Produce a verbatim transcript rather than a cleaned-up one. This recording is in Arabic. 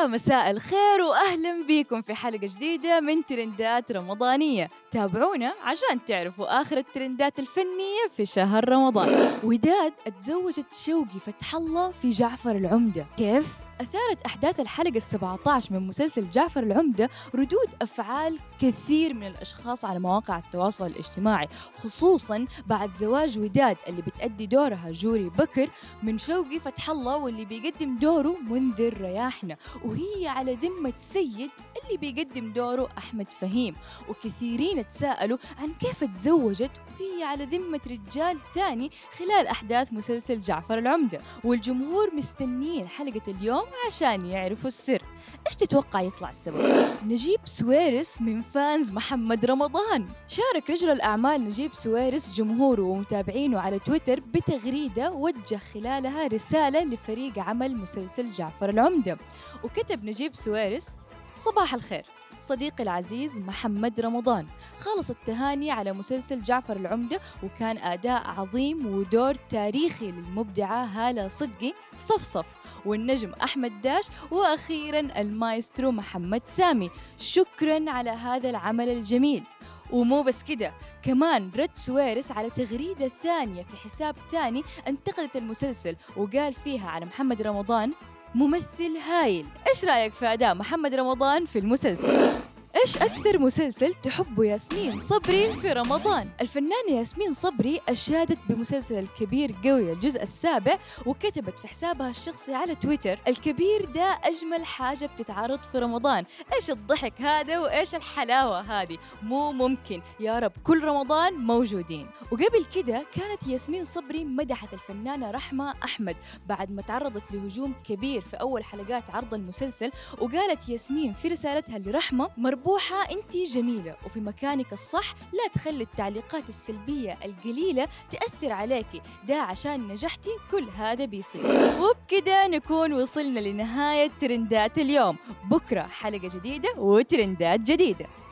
يا مساء الخير وأهلا بكم في حلقة جديدة من ترندات رمضانية. تابعونا عشان تعرفوا آخر الترندات الفنية في شهر رمضان. وداد اتزوجت شوقي فتح الله في جعفر العمدة. كيف؟ أثارت أحداث الحلقة السبعة عشر من مسلسل جعفر العمدة ردود أفعال كثير من الأشخاص على مواقع التواصل الاجتماعي، خصوصاً بعد زواج وداد اللي بتأدي دورها جوري بكر من شوقي فتح الله، واللي بيقدم دوره منذر رياحنا، وهي على ذمة سيد اللي بيقدم دوره أحمد فهيم. وكثيرين تساءلوا عن كيف تزوجت وهي على ذمة رجال ثاني خلال أحداث مسلسل جعفر العمدة، والجمهور مستنين حلقة اليوم عشان يعرفوا السر. إيش تتوقع يطلع السبب؟ نجيب سويرس من فانز محمد رمضان. شارك رجل الأعمال نجيب سويرس جمهوره ومتابعينه على تويتر بتغريدة وجه خلالها رسالة لفريق عمل مسلسل جعفر العمدة، وكتب نجيب سويرس: صباح الخير صديقي العزيز محمد رمضان، خالص التهاني على مسلسل جعفر العمدة، وكان أداء عظيم ودور تاريخي للمبدعة هالة صدقي صفصف والنجم أحمد داش، وأخيراً المايسترو محمد سامي. شكراً على هذا العمل الجميل. ومو بس كده، كمان رد سويرس على تغريدة ثانية في حساب ثاني انتقدت المسلسل، وقال فيها على محمد رمضان: ممثل هايل. إيش رأيك في أداء محمد رمضان في المسلسل؟ إيش أكثر مسلسل تحبه ياسمين صبري في رمضان؟ الفنانة ياسمين صبري أشادت بمسلسل الكبير قوي الجزء السابع، وكتبت في حسابها الشخصي على تويتر: الكبير ده أجمل حاجة بتتعرض في رمضان. إيش الضحك هذا وإيش الحلاوة هذه، مو ممكن، يا رب كل رمضان موجودين. وقبل كده كانت ياسمين صبري مدحت الفنانة رحمة أحمد بعد ما تعرضت لهجوم كبير في أول حلقات عرض المسلسل، وقالت ياسمين في رسالتها لرحمة: مربوحة أنتي جميلة وفي مكانك الصح، لا تخلي التعليقات السلبية القليلة تأثر عليكي، ده عشان نجحتي كل هذا بيصير. وبكده نكون وصلنا لنهاية ترندات اليوم. بكرة حلقة جديدة وترندات جديدة.